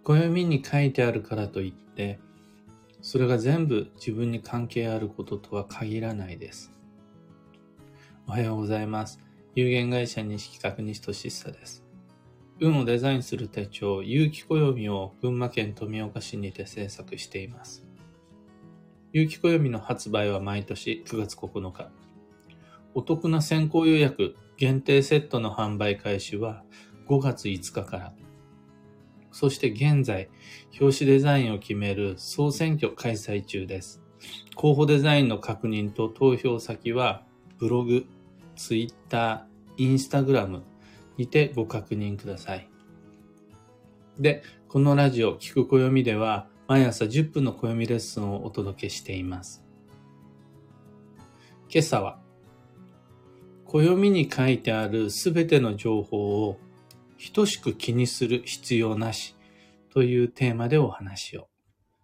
暦に書いてあるからといって、それが全部自分に関係あることとは限らないです。おはようございます。有限会社西企画西俊久です。運をデザインする手帳、有機暦を群馬県富岡市にて制作しています。有機暦の発売は毎年9月9日。お得な先行予約限定セットの販売開始は5月5日から。そして現在、表紙デザインを決める総選挙開催中です。候補デザインの確認と投票先は、ブログ、ツイッター、インスタグラムにてご確認ください。で、このラジオ、聞く暦では、毎朝10分の暦レッスンをお届けしています。今朝は、暦に書いてあるすべての情報を等しく気にする必要なしというテーマでお話を。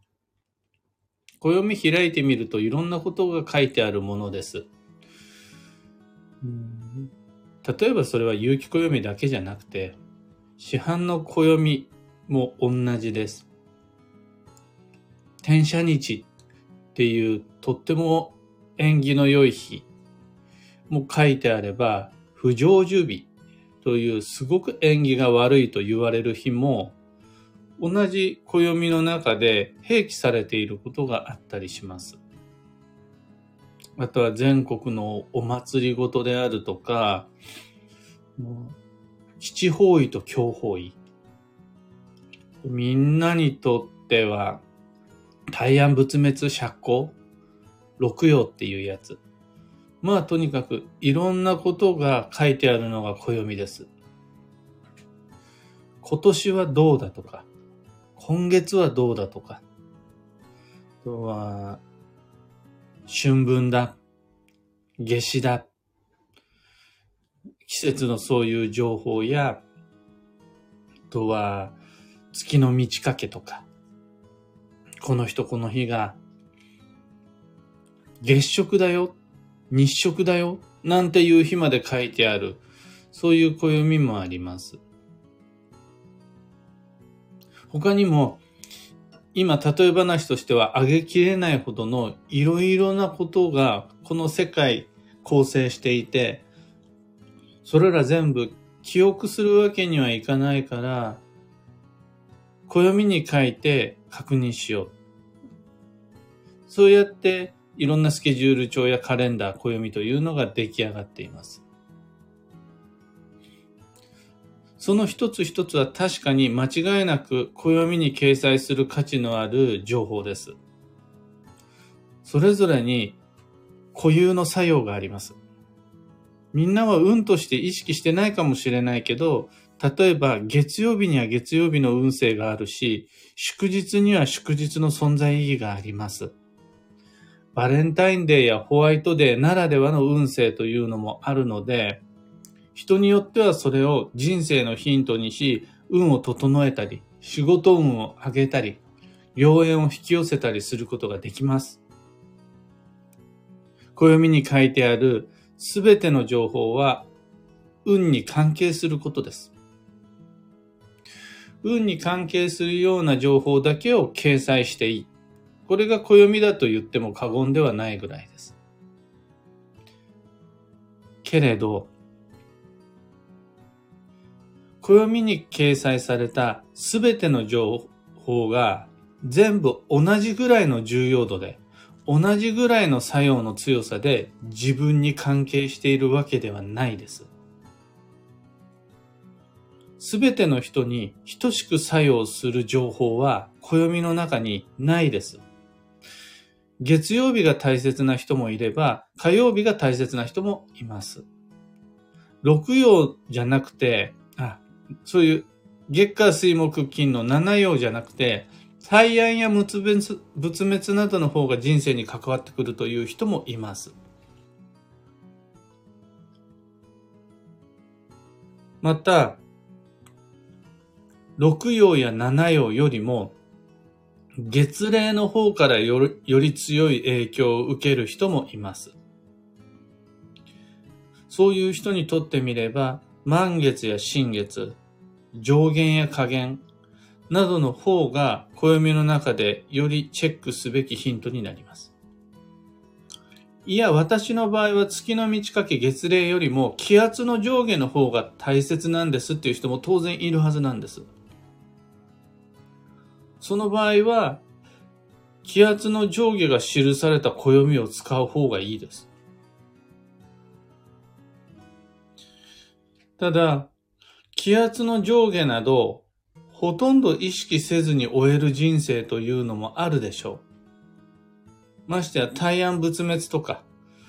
暦開いてみるといろんなことが書いてあるものです。例えばそれは有機暦だけじゃなくて、市販の暦も同じです。天赦日っていうとっても縁起の良い日も書いてあれば、不成就日というすごく縁起が悪いと言われる日も、同じ暦の中で併記されていることがあったりします。あとは全国のお祭りごとであるとか、七方位と教方位。みんなにとっては、大安仏滅釈光六曜っていうやつ。まあとにかくいろんなことが書いてあるのが暦です。今年はどうだとか、今月はどうだとか、あとは春分だ、夏至だ、季節のそういう情報や、あとは月の満ち欠けとか、この人この日が月食だよ、日食だよ、なんていう日まで書いてある、そういう暦もあります。他にも、今例え話としては挙げきれないほどのいろいろなことがこの世界構成していて、それら全部記憶するわけにはいかないから、暦に書いて確認しよう。そうやっていろんなスケジュール帳やカレンダー、暦というのが出来上がっています。その一つ一つは確かに間違いなく暦に掲載する価値のある情報です。それぞれに固有の作用があります。みんなは運として意識してないかもしれないけど、例えば月曜日には月曜日の運勢があるし、祝日には祝日の存在意義があります。バレンタインデーやホワイトデーならではの運勢というのもあるので、人によってはそれを人生のヒントにし、運を整えたり、仕事運を上げたり、良縁を引き寄せたりすることができます。暦に書いてあるすべての情報は運に関係することです。運に関係するような情報だけを掲載していい。これが暦だと言っても過言ではないぐらいです。けれど、暦に掲載されたすべての情報が全部同じぐらいの重要度で、同じぐらいの作用の強さで自分に関係しているわけではないです。すべての人に等しく作用する情報は暦の中にないです。月曜日が大切な人もいれば、火曜日が大切な人もいます。六曜じゃなくて、そういう月火水木金の七曜じゃなくて、大安や仏滅などの方が人生に関わってくるという人もいます。また、六曜や七曜よりも、月齢の方からより強い影響を受ける人もいます。そういう人にとってみれば、満月や新月、上弦や下弦などの方が暦の中でよりチェックすべきヒントになります。いや、私の場合は月の満ち欠け月齢よりも気圧の上下の方が大切なんですっていう人も当然いるはずなんです。その場合は気圧の上下が記された暦を使う方がいいです。ただ、気圧の上下などほとんど意識せずに終える人生というのもあるでしょう。ましてや大安仏滅とか、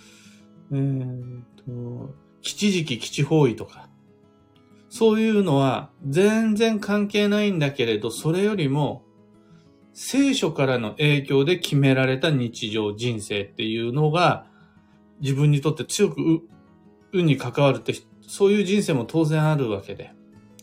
吉時期吉方位とか、そういうのは全然関係ないんだけれど、それよりも聖書からの影響で決められた日常人生っていうのが自分にとって強く運に関わるって、そういう人生も当然あるわけで。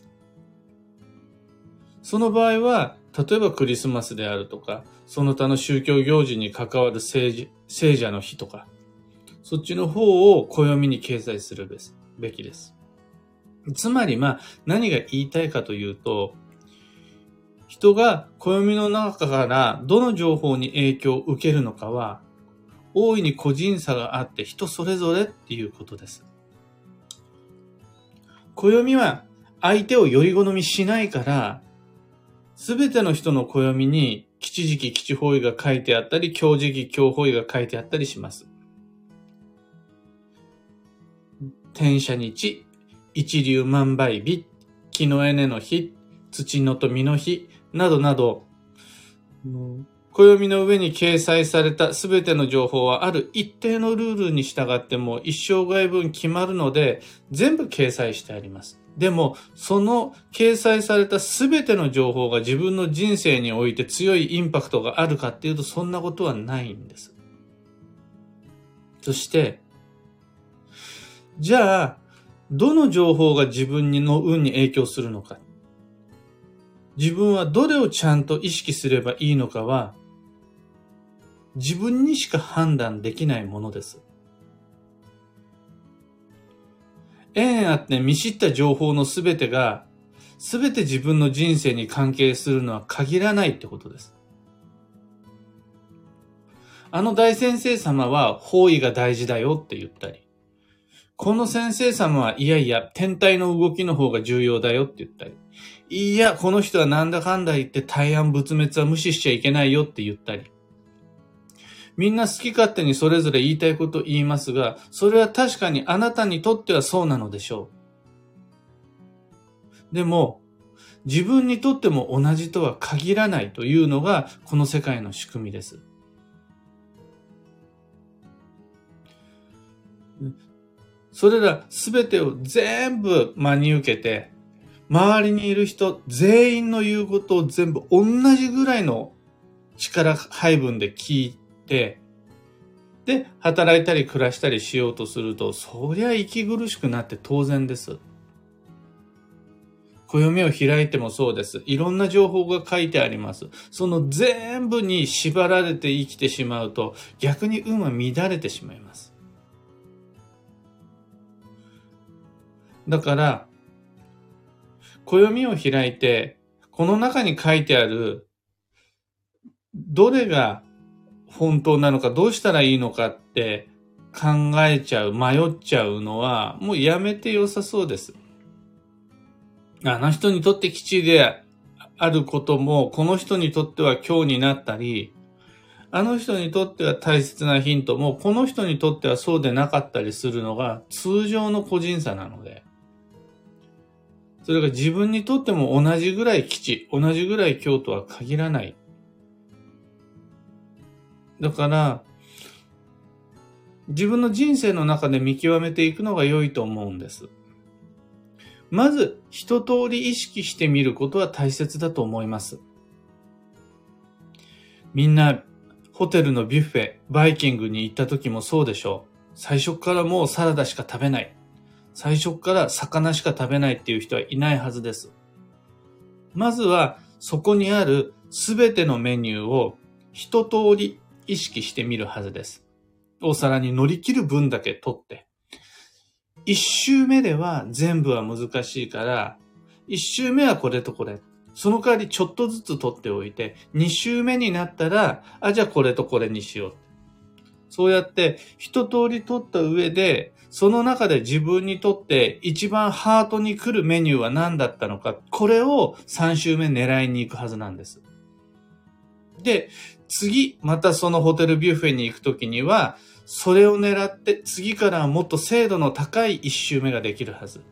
その場合は、例えばクリスマスであるとか、その他の宗教行事に関わる聖者の日とか、そっちの方を暦に掲載するべきです。つまり何が言いたいかというと、人が暦の中からどの情報に影響を受けるのかは、大いに個人差があって人それぞれっていうことです。暦は相手をより好みしないから、すべての人の暦に吉時期吉方位が書いてあったり、凶時期凶方位が書いてあったりします。天赦日、一粒万倍日、木のエネの日、土のと実の日、などなど、暦の上に掲載されたすべての情報はある一定のルールに従っても一生涯分決まるので、全部掲載してあります。でも、その掲載されたすべての情報が自分の人生において強いインパクトがあるかっていうと、そんなことはないんです。そして、じゃあ、どの情報が自分の運に影響するのか。自分はどれをちゃんと意識すればいいのかは、自分にしか判断できないものです。縁あって見知った情報のすべてが、すべて自分の人生に関係するのは限らないってことです。あの大先生様は方位が大事だよって言ったり、この先生様はいやいや天体の動きの方が重要だよって言ったり、いやこの人はなんだかんだ言って大安仏滅は無視しちゃいけないよって言ったり、みんな好き勝手にそれぞれ言いたいことを言いますが、それは確かにあなたにとってはそうなのでしょう。でも、自分にとっても同じとは限らないというのがこの世界の仕組みです。それらすべてを全部真に受けて、周りにいる人全員の言うことを全部同じぐらいの力配分で聞いて、で、働いたり暮らしたりしようとすると、そりゃ息苦しくなって当然です。暦を開いてもそうです。いろんな情報が書いてあります。その全部に縛られて生きてしまうと、逆に運は乱れてしまいます。だから、暦を開いて、この中に書いてある、どれが本当なのか、どうしたらいいのかって考えちゃう、迷っちゃうのは、もうやめて良さそうです。あの人にとって吉であることも、この人にとっては凶になったり、あの人にとっては大切なヒントも、この人にとってはそうでなかったりするのが通常の個人差なので、それが自分にとっても同じぐらい吉、同じぐらい凶とは限らない。だから、自分の人生の中で見極めていくのが良いと思うんです。まず、一通り意識してみることは大切だと思います。みんな、ホテルのビュッフェ、バイキングに行った時もそうでしょう。最初からもうサラダしか食べない。最初から魚しか食べないっていう人はいないはずです。まずは、そこにあるすべてのメニューを一通り意識してみるはずです。お皿に乗り切る分だけ取って。一周目では全部は難しいから、一周目はこれとこれ。 その代わりちょっとずつ取っておいて、2週目になったら、じゃあこれとこれにしよう。そうやって一通り取った上で、その中で自分にとって一番ハートに来るメニューは何だったのか、これを3週目狙いに行くはずなんです。で、次、またそのホテルビュッフェに行くときには、それを狙って次からはもっと精度の高い1週目ができるはず。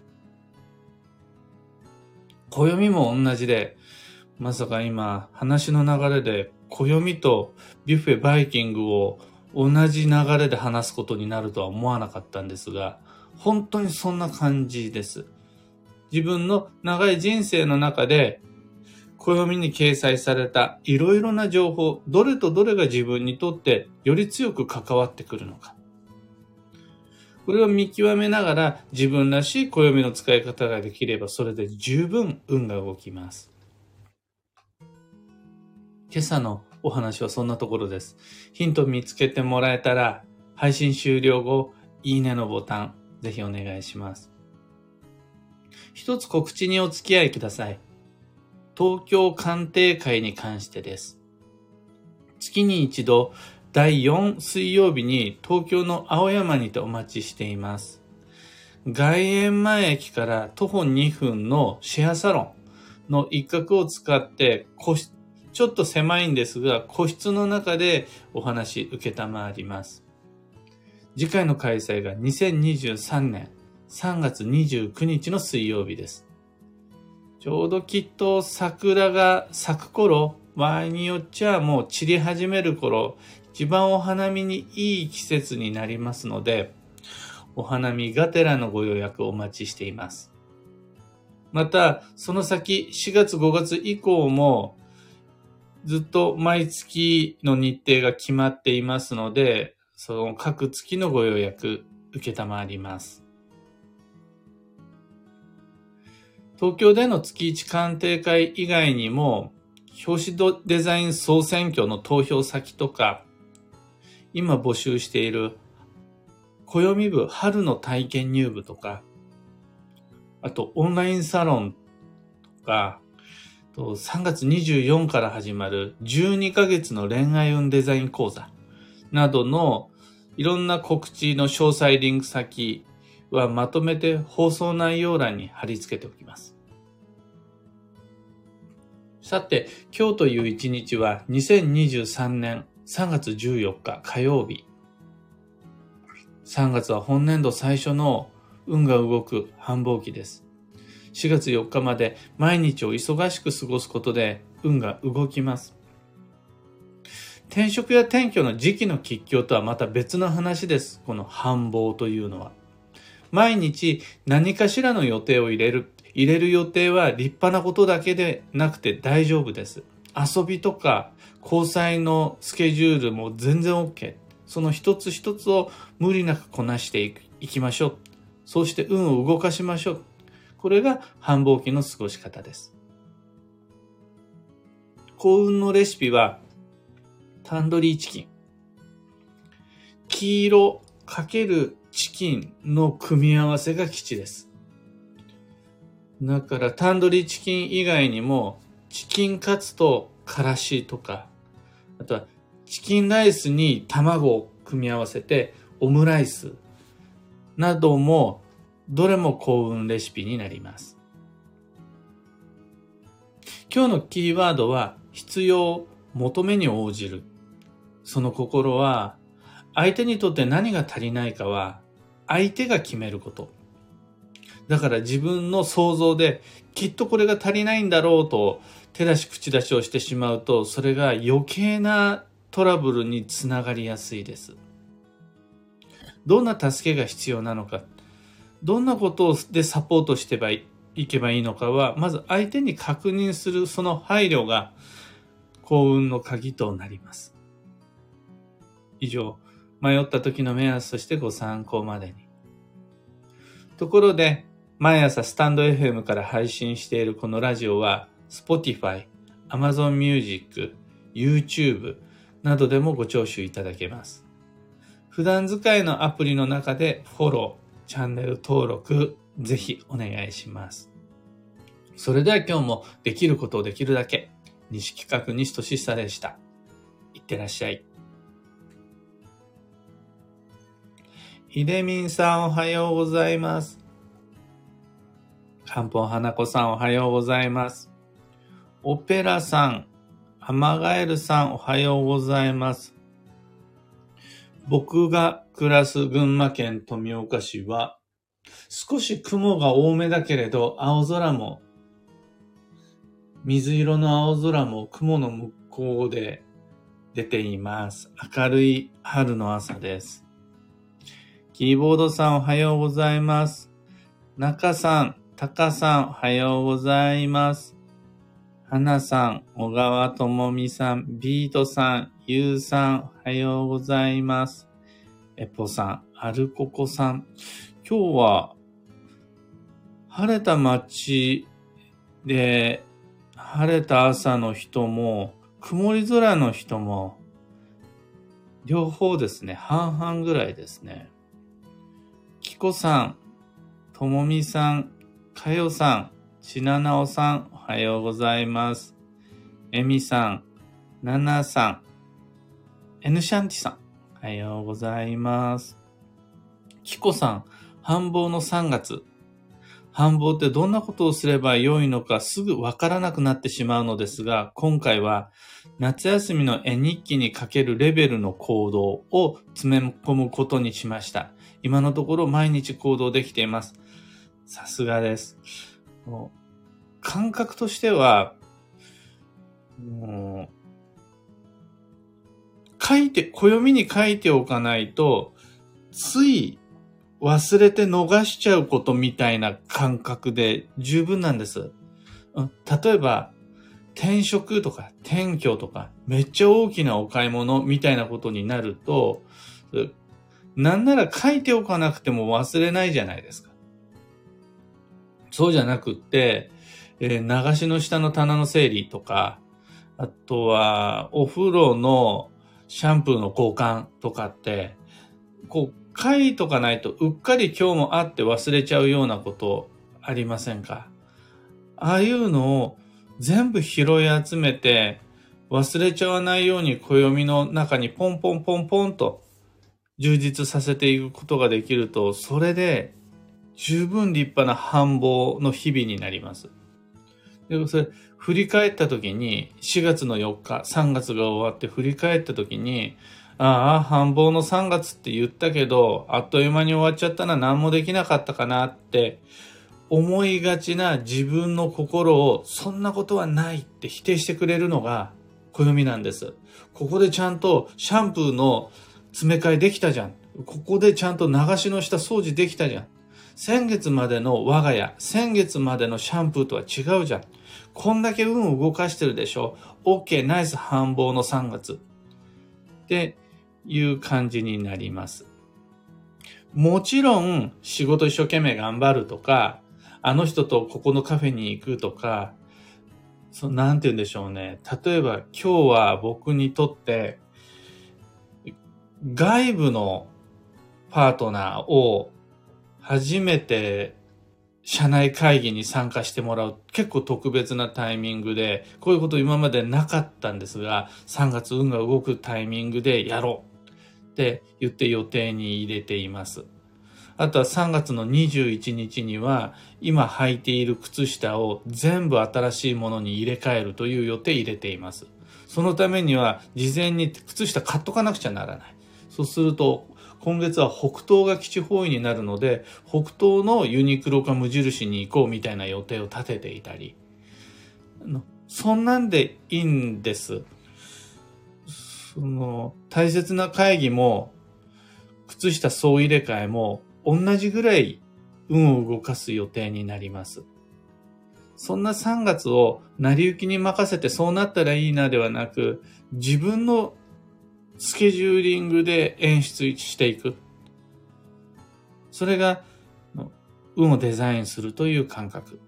暦も同じで、まさか今話の流れで暦とビュッフェバイキングを同じ流れで話すことになるとは思わなかったんですが、本当にそんな感じです。自分の長い人生の中で暦に掲載されたいろいろな情報、どれとどれが自分にとってより強く関わってくるのか。これを見極めながら自分らしい暦の使い方ができればそれで十分運が動きます。今朝のお話はそんなところです。ヒント見つけてもらえたら配信終了後、いいねのボタンぜひお願いします。一つ告知にお付き合いください。東京鑑定会に関してです。月に一度第4水曜日に東京の青山にてお待ちしています。外苑前駅から徒歩2分のシェアサロンの一角を使ってちょっと狭いんですが個室の中でお話受けたまわります。次回の開催が2023年3月29日の水曜日です。ちょうどきっと桜が咲く頃、場合によっちゃもう散り始める頃、一番お花見にいい季節になりますので、お花見がてらのご予約をお待ちしています。また、その先4月5月以降もずっと毎月の日程が決まっていますので、その各月のご予約受けたまわります。東京での月1鑑定会以外にも、表紙デザイン総選挙の投票先とか、今募集している暦部春の体験入部とか、あとオンラインサロンとか、3月24から始まる12ヶ月の恋愛運デザイン講座などのいろんな告知の詳細リンク先はまとめて放送内容欄に貼り付けておきます。さて、今日という一日は2023年3月14日火曜日。3月は本年度最初の運が動く繁忙期です。4月4日まで毎日を忙しく過ごすことで運が動きます。転職や転居の時期の吉凶とはまた別の話です。この繁忙というのは。毎日何かしらの予定を入れる予定は立派なことだけでなくて大丈夫です。遊びとか交際のスケジュールも全然 OK。その一つ一つを無理なくこなしていきましょう。そうして運を動かしましょう。これが繁忙期の過ごし方です。幸運のレシピはタンドリーチキン。黄色×チキンの組み合わせが吉です。だからタンドリーチキン以外にもチキンカツとからしとか、あとはチキンライスに卵を組み合わせてオムライスなどもどれも幸運レシピになります。今日のキーワードは必要、求めに応じる。その心は相手にとって何が足りないかは相手が決めること。だから自分の想像できっとこれが足りないんだろうと手出し口出しをしてしまうと、それが余計なトラブルにつながりやすいです。どんな助けが必要なのか、どんなことでサポートしていけばいいのかは、まず相手に確認するその配慮が幸運の鍵となります。以上、迷った時の目安としてご参考までに。ところで、毎朝スタンド FM から配信しているこのラジオは Spotify、Amazon Music、YouTube などでもご聴取いただけます。普段使いのアプリの中でフォロー、チャンネル登録、ぜひお願いします。 それでは今日もできることをできるだけ。西企画西俊久でした。いってらっしゃい。ひでみんさんおはようございます。かんぽん花子さんおはようございます。オペラさん、アマガエルさんおはようございます。僕が暮らす群馬県富岡市は少し雲が多めだけれど青空も水色の青空も雲の向こうで出ています。明るい春の朝です。キーボードさんおはようございます。中さん、タカさんおはようございます。花さん、小川智美さん、ビートさん、ゆうさんおはようございます。エポさん、アルココさん、今日は晴れた街で晴れた朝の人も曇り空の人も両方ですね、半々ぐらいですね。キコさん、ともみさん、かよさん、しななおさん、おはようございます。えみさん、ななさん、エヌシャンティさん、おはようございます。キコさん、繁忙の3月。繁忙ってどんなことをすればよいのかすぐわからなくなってしまうのですが、今回は夏休みの絵日記にかけるレベルの行動を詰め込むことにしました。今のところ毎日行動できています。さすがです。感覚としては、暦に書いておかないと、つい忘れて逃しちゃうことみたいな感覚で十分なんです。例えば、転職とか転居とかめっちゃ大きなお買い物みたいなことになると、なんなら書いておかなくても忘れないじゃないですか。そうじゃなくって、流しの下の棚の整理とか、あとはお風呂のシャンプーの交換とかって、書いとかないとうっかり今日もあって忘れちゃうようなことありませんか？ああいうのを全部拾い集めて忘れちゃわないように暦の中にポンポンポンポンと充実させていくことができると、それで十分立派な繁忙の日々になります。で、それ振り返った時に4月の4日、3月が終わって振り返った時に、繁忙の3月って言ったけど、あっという間に終わっちゃったな、何もできなかったかなって思いがちな自分の心を、そんなことはないって否定してくれるのが暦なんです。ここでちゃんとシャンプーの詰め替えできたじゃん。ここでちゃんと流しの下掃除できたじゃん。先月までの我が家、先月までのシャンプーとは違うじゃん。こんだけ運を動かしてるでしょ。OK、ナイス繁忙の3月。っていう感じになります。もちろん仕事一生懸命頑張るとか、あの人とここのカフェに行くとか、なんて言うんでしょうね。例えば今日は僕にとって外部のパートナーを初めて社内会議に参加してもらう結構特別なタイミングで、こういうこと今までなかったんですが、3月運が動くタイミングでやろうって言って予定に入れています。あとは3月の21日には今履いている靴下を全部新しいものに入れ替えるという予定入れています。そのためには事前に靴下買っとかなくちゃならない。そうすると今月は北東が基地方位になるので、北東のユニクロか無印に行こうみたいな予定を立てていたり、そんなんでいいんです。大切な会議も靴下総入れ替えも同じぐらい運を動かす予定になります。そんな3月を成り行きに任せてそうなったらいいなではなく、自分のスケジューリングで演出していく。それが運をデザインするという感覚。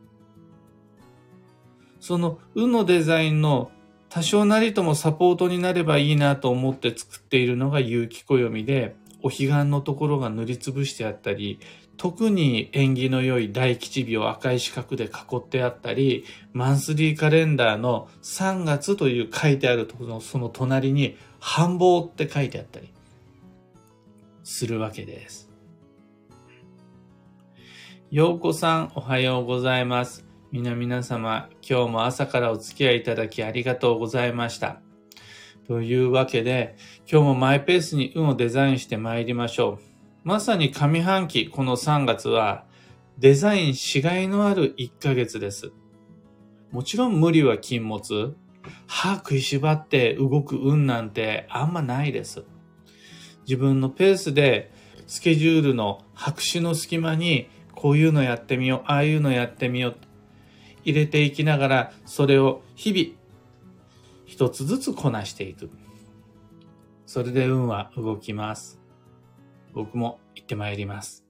その運のデザインの多少なりともサポートになればいいなと思って作っているのが有機暦で、お彼岸のところが塗りつぶしてあったり、 特に縁起の良い大吉日を赤い四角で囲ってあったり、マンスリーカレンダーの3月という書いてあるところのその隣に繁忙って書いてあったりするわけです。ようこさん、おはようございます。皆様、今日も朝からお付き合いいただきありがとうございました。というわけで、今日もマイペースに運をデザインして参りましょう。まさに上半期、この3月は、デザインしがいのある1ヶ月です。もちろん無理は禁物。歯食いしばって動く運なんてあんまないです。自分のペースで、スケジュールの白紙の隙間に、こういうのやってみよう、ああいうのやってみよう、入れていきながら、それを日々、一つずつこなしていく。それで運は動きます。僕も行ってまいります。